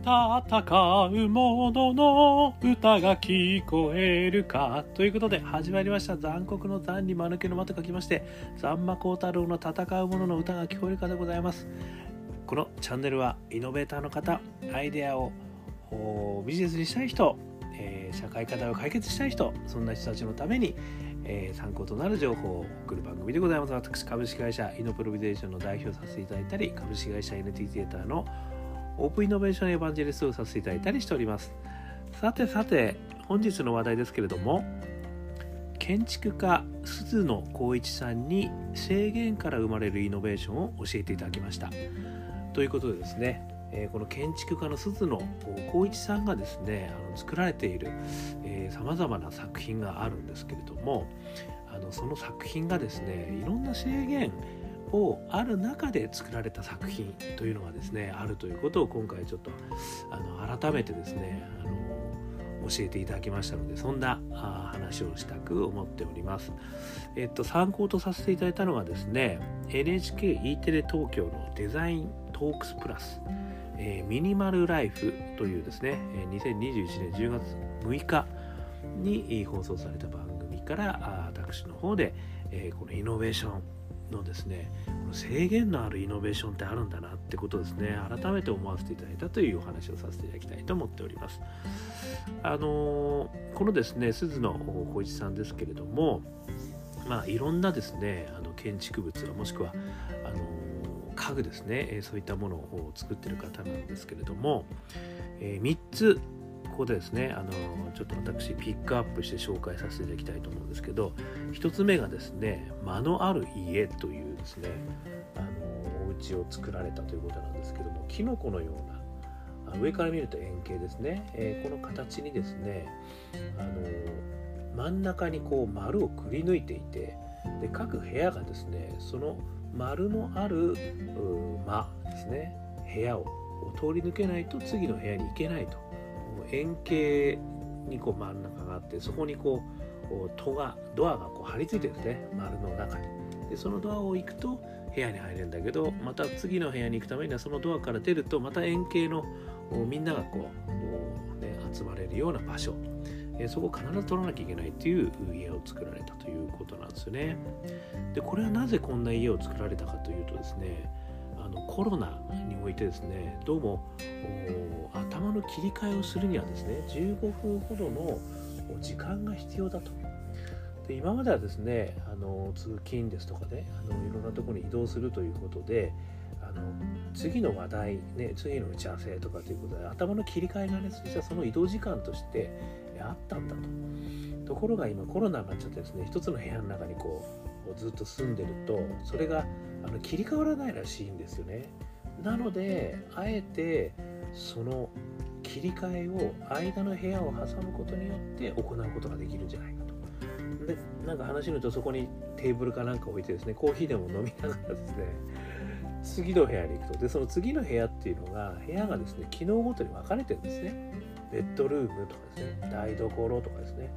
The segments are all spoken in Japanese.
戦う者の歌が聞こえるかということで始まりました。残酷の残に間抜けの間と書きまして、残魔高太郎の戦う者の歌が聞こえるかでございます。このチャンネルはイノベーターの方、アイデアをビジネスにしたい人、社会課題を解決したい人、そんな人たちのために、参考となる情報を送る番組でございます。私、株式会社イノプロビゼーションの代表をさせていただいたり、株式会社 NT テーターのオープンイノベーションエヴァンジェリストをさせていただいたりしております。さて本日の話題ですけれども、建築家鈴野光一さんに制限から生まれるイノベーションを教えていただきました。ということでですね、この建築家の鈴野光一さんがですね作られているさまざまな作品があるんですけれども、その作品がですねいろんな制限をある中で作られた作品というのがですねあるということを今回ちょっと改めてですね教えていただきましたので、そんな話をしたく思っております。参考とさせていただいたのがですね NHKE テレ東京のデザイントークスプラス、ミニマルライフというですね2021年10月6日に放送された番組から私の方で、このイノベーションのですねこの制限のあるイノベーションってあるんだなってことをですね改めて思わせていただいたというお話をさせていただきたいと思っております。このですね鈴野光一さんですけれども、いろんなですね建築物もしくは家具ですね、そういったものを作っている方なんですけれども、3つここでですねちょっと私ピックアップして紹介させていただきたいと思うんですけど、1つ目がですね間のある家というですねお家を作られたということなんですけども、キノコのような上から見ると円形ですね、この形にですね真ん中にこう丸をくり抜いていて、で各部屋がですねその丸のある間ですね部屋を通り抜けないと次の部屋に行けないと、円形にこう真ん中があって、そこにこうドアがこう張り付いてるんですね丸の中に。でそのドアを行くと部屋に入れるんだけど、また次の部屋に行くためにはそのドアから出るとまた円形のみんながこう、集まれるような場所、そこを必ず取らなきゃいけないっていう家を作られたということなんですよね。でこれはなぜこんな家を作られたかというとですねコロナにおいてですねどうも頭の切り替えをするにはですね15分ほどの時間が必要だと。で今まではですね通勤ですとかねいろんなところに移動するということで次の話題、次の打ち合わせとかということで頭の切り替えがね実はその移動時間としてあったんだと。ところが今コロナになっちゃってですね一つの部屋の中にこうずっと住んでるとそれが切り替わらないらしいんですよね。なのであえてその切り替えを間の部屋を挟むことによって行うことができるんじゃないかと。でなんか話によるとそこにテーブルかなんか置いてですねコーヒーでも飲みながらですね次の部屋に行くと。でその次の部屋っていうのが部屋がですね機能ごとに分かれてるんですね。ベッドルームとかですね台所とかですね、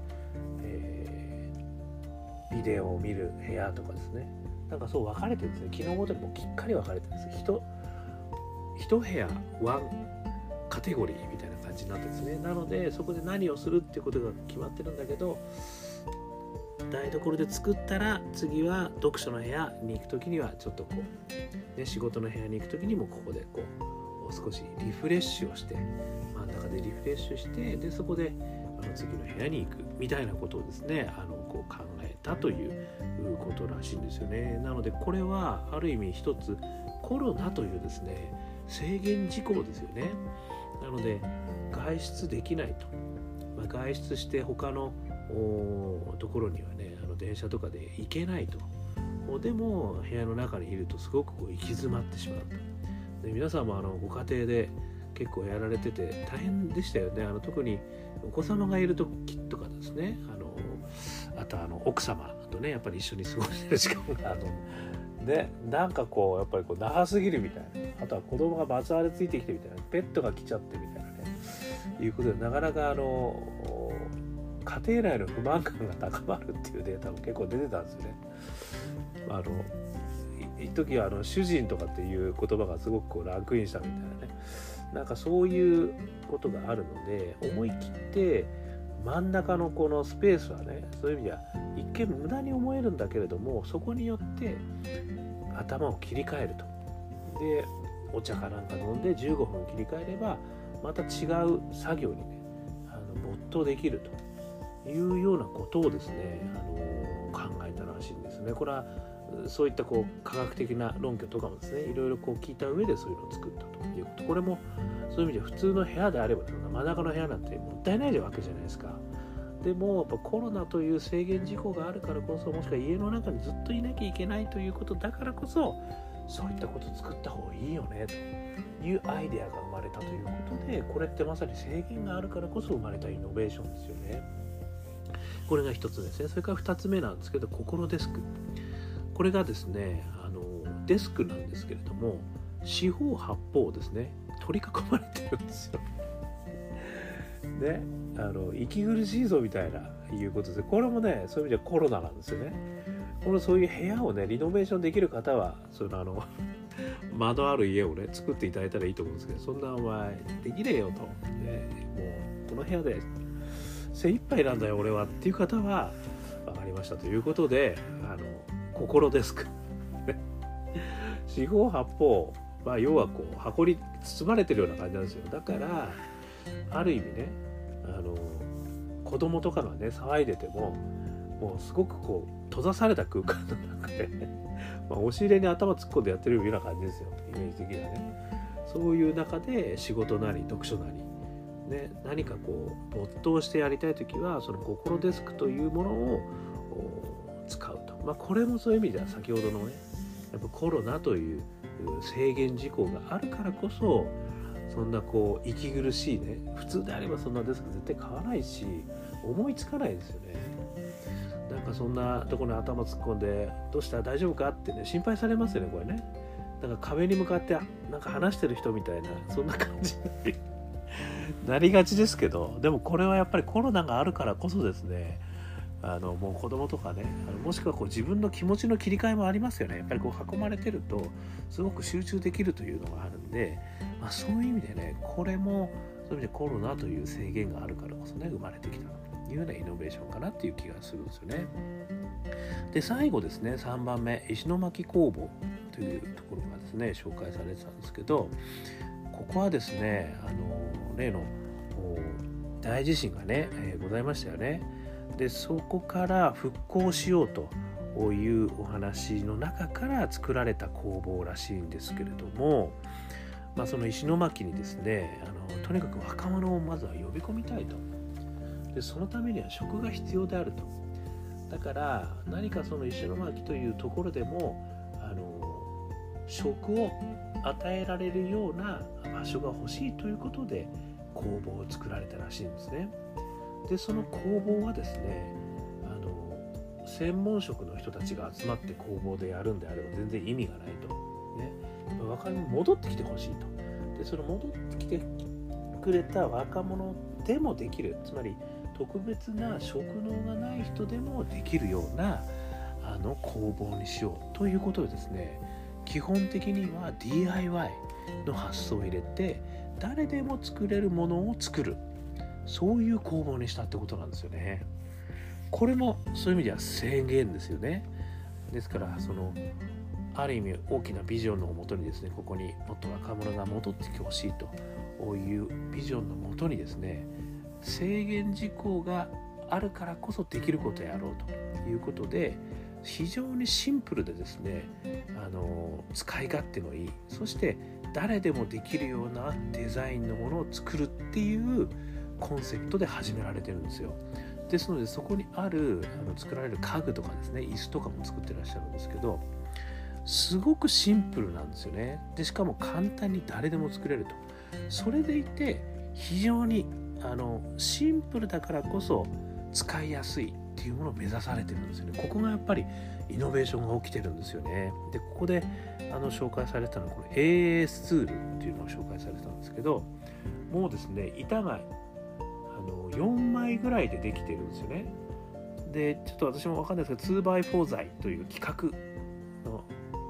ビデオを見る部屋とかですねなんかそう分かれてるんですね。機能ごとにもうきっかり分かれてるんです。一部屋ワンカテゴリーみたいな感じになってるんですね。なのでそこで何をするっていうことが決まってるんだけど、台所で作ったら次は読書の部屋に行くときにはちょっとこう、仕事の部屋に行くときにもここでこう少しリフレッシュをして真ん中でリフレッシュして、でそこで次の部屋に行くみたいなことをですねこう考えたということらしいんですよね。なのでこれはある意味一つコロナというですね制限事項ですよね。なので外出できないと、外出して他のところにはね電車とかで行けないと。でも部屋の中にいるとすごくこう行き詰まってしまうと。で皆さんもご家庭で結構やられてて大変でしたよね。特にお子様がいる時とかですねあと奥様とねやっぱり一緒に過ごしてる時間がでなんかこうやっぱりこう長すぎるみたいな、あとは子供がバツ荒れついてきてみたいな、ペットが来ちゃってみたいなねいうことでなかなか家庭内の不満感が高まるっていうデータも結構出てたんですよね。 一時は主人とかっていう言葉がすごくこうランクインしたみたいなね、なんかそういうことがあるので、思い切って真ん中のこのスペースはね、そういう意味では一見無駄に思えるんだけれども、そこによって頭を切り替えると。でお茶かなんか飲んで15分切り替えればまた違う作業にね没頭できるというようなことをですね考えたらしいんですね。これはそういったこう科学的な論拠とかもですね、いろいろこう聞いた上でそういうのを作ったということ。これもそういう意味で普通の部屋であれば、真ん中の部屋なんてもったいないわけじゃないですか。でもやっぱコロナという制限事項があるからこそ、もしくは家の中にずっといなきゃいけないということだからこそ、そういったことを作った方がいいよねというアイデアが生まれたということで、これってまさに制限があるからこそ生まれたイノベーションですよね。これが一つですね。それから二つ目なんですけど、心デスク。これがですねデスクなんですけれども、四方八方ですね取り囲まれてるんですよね。息苦しいぞみたいないうことで、これもねそういう意味ではコロナなんですよね。そういう部屋をねリノベーションできる方は窓ある家をね作っていただいたらいいと思うんですけど、そんなお前できねえよと、ね、もうこの部屋で精一杯なんだよ俺はっていう方は分かりましたということで、心デスク四方八方、要はこう箱に包まれてるような感じなんですよ。だからある意味ね子供とかがね騒いでても、もうすごくこう閉ざされた空間の中で押し入れに頭突っ込んでやってるような感じですよ、イメージ的にはね。そういう中で仕事なり読書なり、ね、何かこう没頭してやりたいときは、その心デスクというものを使うと。これもそういう意味では先ほどのねやっぱコロナという制限事項があるからこそ、そんなこう息苦しいね、普通であればそんなデスク絶対買わないし思いつかないですよね。なんかそんなところに頭突っ込んでどうした大丈夫かってね心配されますよね、これね。なんか壁に向かってなんか話してる人みたいな、そんな感じになりがちですけど、でもこれはやっぱりコロナがあるからこそですね、もう子供とかね、もしくはこう自分の気持ちの切り替えもありますよね。やっぱりこう囲まれてるとすごく集中できるというのがあるんで、そういう意味でね、これもそういう意味でコロナという制限があるからこそね生まれてきたというようなイノベーションかなっていう気がするんですよね。で最後ですね、3番目、石巻工房というところがですね紹介されてたんですけど、ここはですね例の大地震がね、ございましたよね。でそこから復興しようというお話の中から作られた工房らしいんですけれども、その石巻にですねとにかく若者をまずは呼び込みたいと。でそのためには食が必要であると。だから何かその石巻というところでも食を与えられるような場所が欲しいということで工房を作られたらしいんですね。でその工房はですね専門職の人たちが集まって工房でやるんであれば全然意味がないと、ね、若者戻ってきてほしいと。でその戻ってきてくれた若者でもできる、つまり特別な職能がない人でもできるような工房にしようということでですね、基本的には DIY の発想を入れて誰でも作れるものを作る、そういう工房にしたってことなんですよね。これもそういう意味では制限ですよね。ですからある意味大きなビジョンのもとにですね、ここにもっと若者が戻ってきてほしいというビジョンのもとにですね、制限事項があるからこそできることをやろうということで、非常にシンプルでですね使い勝手のいい、そして誰でもできるようなデザインのものを作るっていうコンセプトで始められてるんですよ。ですのでそこにある作られる家具とかですね、椅子とかも作ってらっしゃるんですけど、すごくシンプルなんですよね。でしかも簡単に誰でも作れると。それでいて非常にシンプルだからこそ使いやすいっていうものを目指されてるんですよね。ここがやっぱりイノベーションが起きてるんですよね。でここで紹介されたのはこの AAS ツールっていうのを紹介されたんですけど、もうですね板が4枚ぐらいでできてるんですよね。でちょっと私も分かんないですけど 2x4 材という規格の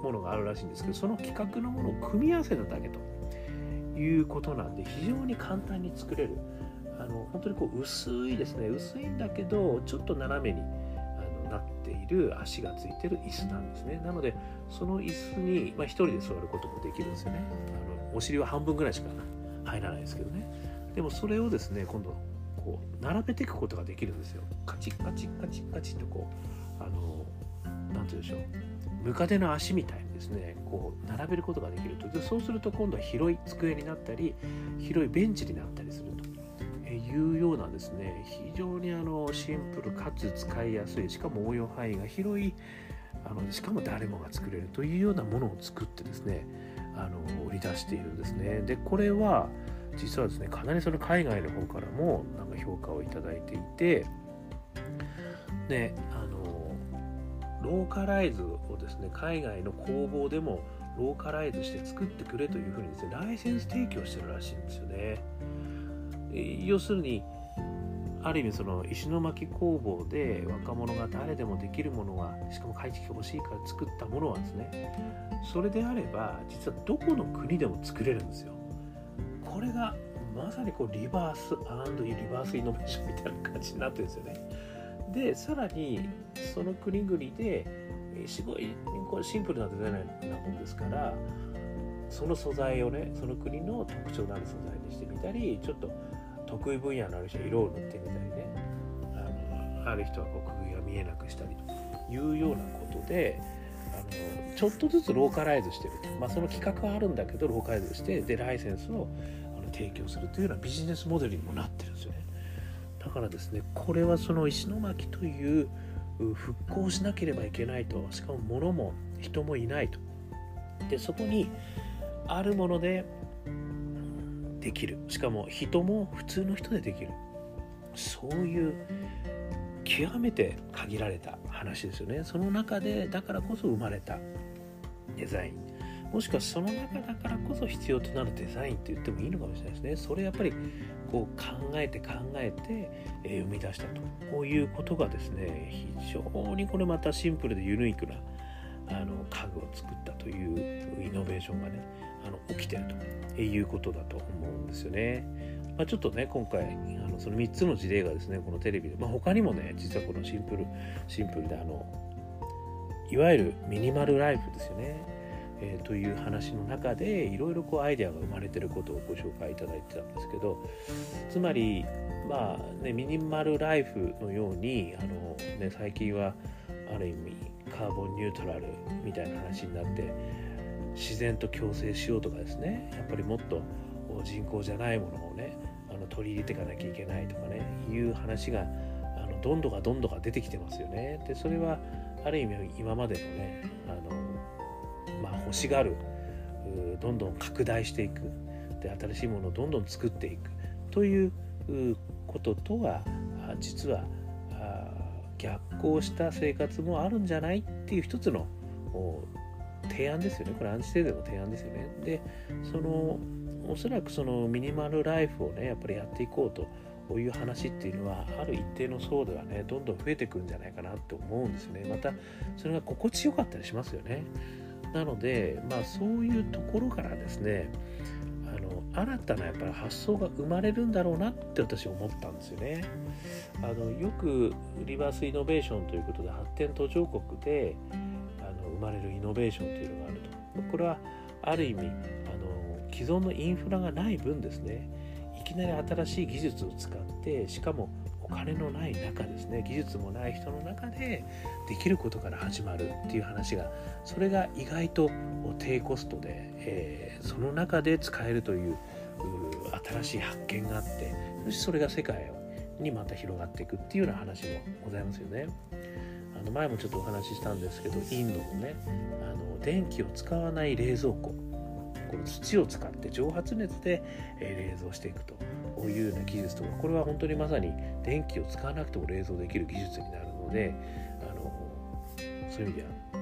ものがあるらしいんですけど、その規格のものを組み合わせただけということなんで、非常に簡単に作れる、本当にこう薄いですね、薄いんだけどちょっと斜めになっている足がついている椅子なんですね。なのでその椅子に、一人で座ることもできるんですよね。お尻は半分ぐらいしか入らないですけどね。でもそれをですね、今度こう並べていくことができるんですよ。カチッカチッカチッカチッとこうなんて言うんでしょう、ムカデの足みたいにですね、こう並べることができると。でそうすると今度は広い机になったり広いベンチになったりするというようなですね、非常にシンプルかつ使いやすい、しかも応用範囲が広い、しかも誰もが作れるというようなものを作ってですね、売り出しているんですね。でこれは実はですね、かなりその海外の方からもなんか評価をいただいていて、でローカライズをですね、海外の工房でもローカライズして作ってくれというふうにですね、ライセンス提供してるらしいんですよね。要するにある意味その石巻工房で若者が誰でもできるものは、しかも快適が欲しいから作ったものはですね、それであれば実はどこの国でも作れるんですよ。これがまさにこうリバース&リバースイノベーションみたいな感じになってるんですよね。でさらにその国々ですごいこれシンプルなデザインなもんですから、その素材をね、その国の特徴のある素材にしてみたり、ちょっと得意分野のある人は色を塗ってみたりね、ある人はこう釘が見えなくしたりというようなことで、ちょっとずつローカライズしてると、その企画はあるんだけどローカライズして、でライセンスを提供するというようなビジネスモデルにもなってるんですよね。だからですね、これはその石巻という復興しなければいけないと、しかも物も人もいないと、でそこにあるものでできる、しかも人も普通の人でできる、そういう極めて限られた話ですよね。その中でだからこそ生まれたデザイン、もしくはその中だからこそ必要となるデザインと言ってもいいのかもしれないですね。それやっぱりこう考えて生み出したと、こういうことがですね、非常にこれまたシンプルでユニークな家具を作ったというイノベーションがね起きてるということだと思うんですよね。ちょっとね今回その3つの事例がですねこのテレビで、他にもね実はこのシンプルでいわゆるミニマルライフですよね、という話の中でいろいろこうアイデアが生まれてることをご紹介いただいてたんですけど、つまりミニマルライフのように最近はある意味カーボンニュートラルみたいな話になって、自然と共生しようとかですね、やっぱりもっと人工じゃないものをね取り入れていかなきゃいけないとかねいう話がどんどん出てきてますよね。でそれはある意味今までのね欲しがるどんどん拡大していく、で新しいものをどんどん作っていくということとは実は逆行した生活もあるんじゃないっていう一つの提案ですよね。これアンチテーゼの提案ですよね。でおそらくそのミニマルライフをねやっぱりやっていこうという話っていうのはある一定の層ではねどんどん増えてくるんじゃないかなって思うんですよね。またそれが心地よかったりしますよね。なのでそういうところからですね新たなやっぱり発想が生まれるんだろうなって私思ったんですよね。よくリバースイノベーションということで発展途上国で生まれるイノベーションというのがあると。これはある意味既存のインフラがない分ですね、いきなり新しい技術を使って、しかもお金のない中ですね、技術もない人の中でできることから始まるっていう話が、それが意外と低コストで、その中で使えるという新しい発見があって、そしてそれが世界にまた広がっていくっていうような話もございますよね。前もちょっとお話ししたんですけど、インドのね電気を使わない冷蔵庫、この土を使って蒸発熱で冷蔵していくというような技術とか、これは本当にまさに電気を使わなくても冷蔵できる技術になるので、そういう意味では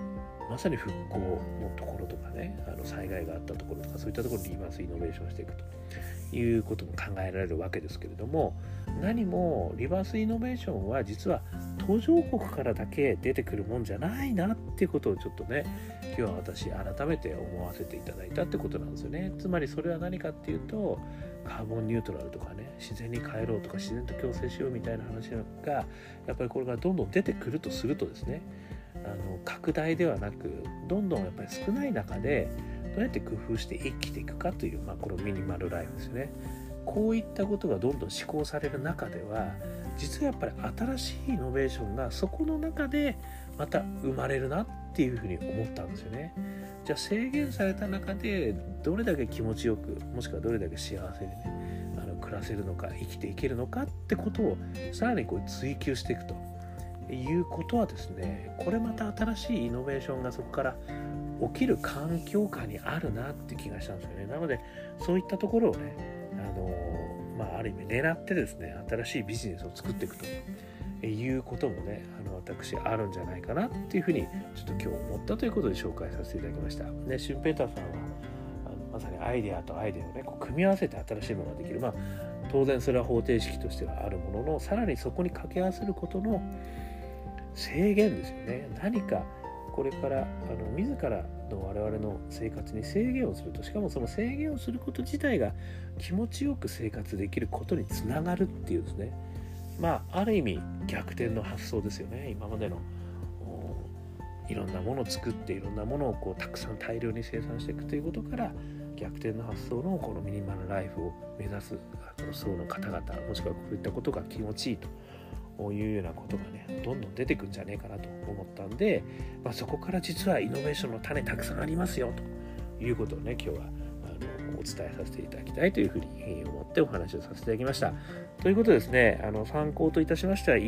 まさに復興のところとかね、災害があったところとか、そういったところにリバースイノベーションしていくということも考えられるわけですけれども、何もリバースイノベーションは実は途上国からだけ出てくるもんじゃないなっていうことをちょっとね、今日は私改めて思わせていただいたってことなんですよね。つまりそれは何かっていうと、カーボンニュートラルとかね、自然に帰ろうとか自然と共生しようみたいな話がやっぱりこれがどんどん出てくるとするとですね、拡大ではなくどんどんやっぱり少ない中でどうやって工夫して生きていくかという、このミニマルライフですよね。こういったことがどんどん施行される中では、実はやっぱり新しいイノベーションがそこの中でまた生まれるなっていうふうに思ったんですよね。じゃあ制限された中でどれだけ気持ちよく、もしくはどれだけ幸せにね暮らせるのか、生きていけるのかってことをさらに追求していくということはですね、これまた新しいイノベーションがそこから起きる環境下にあるなって気がしたんですよね。なのでそういったところをね、ある意味狙ってですね、新しいビジネスを作っていくということもね、私あるんじゃないかなっていうふうにちょっと今日思ったということで紹介させていただきました。ね、シュンペーターさんはまさにアイデアとアイデアをね組み合わせて新しいものができる。当然それは方程式としてはあるものの、さらにそこに掛け合わせることの制限ですよね。何かこれから自らの我々の生活に制限をすると、しかもその制限をすること自体が気持ちよく生活できることにつながるっていうですね、ある意味逆転の発想ですよね。今までのいろんなものを作っていろんなものをたくさん大量に生産していくということから、逆転の発想のこのミニマルライフを目指す層の方々、もしくはこういったことが気持ちいいというようなことがね、どんどん出てくるんじゃねえかなと思ったんで、そこから実はイノベーションの種たくさんありますよということをね、今日はお伝えさせていただきたいというふうに思ってお話をさせていただきました。ということでですね、参考といたしましては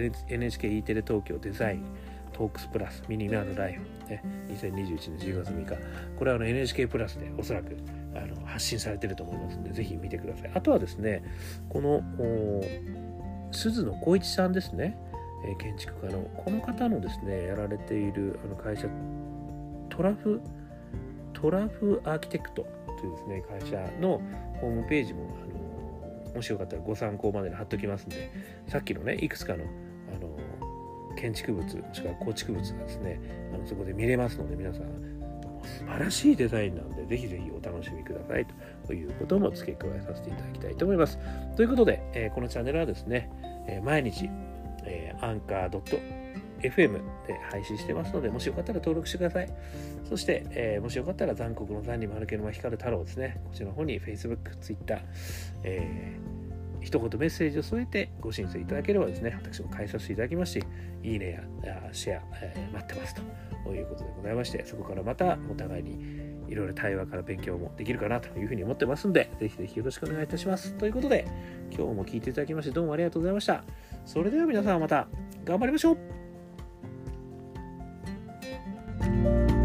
NHKE テレ東京デザイントークスプラスミニマルライフ、ね、2021年10月6日、これはNHK プラスでおそらく発信されていると思いますので、ぜひ見てください。あとはですね、この鈴野光一さんですね、建築家のこの方のですねやられている会社トラフアーキテクトというですね会社のホームページももしよかったらご参考までに貼っておきますので、さっきのねいくつかの建築物もしくは構築物がですねそこで見れますので、皆さん素晴らしいデザインなのでぜひぜひお楽しみくださいということも付け加えさせていただきたいと思います。ということで、このチャンネルはですね、毎日、アンカー .fm で配信してますので、もしよかったら登録してください。そして、もしよかったら残酷の残に丸けの間光る太郎ですね、こちらの方に Facebook、Twitter、一言メッセージを添えてご申請いただければですね、私も返させていただきますし、いいねやシェア、待ってますということでございまして、そこからまたお互いにいろいろ対話から勉強もできるかなというふうに思ってますんで、ぜひぜひよろしくお願いいたします。ということで、今日も聞いていただきましてどうもありがとうございました。それでは皆さんまた頑張りましょう。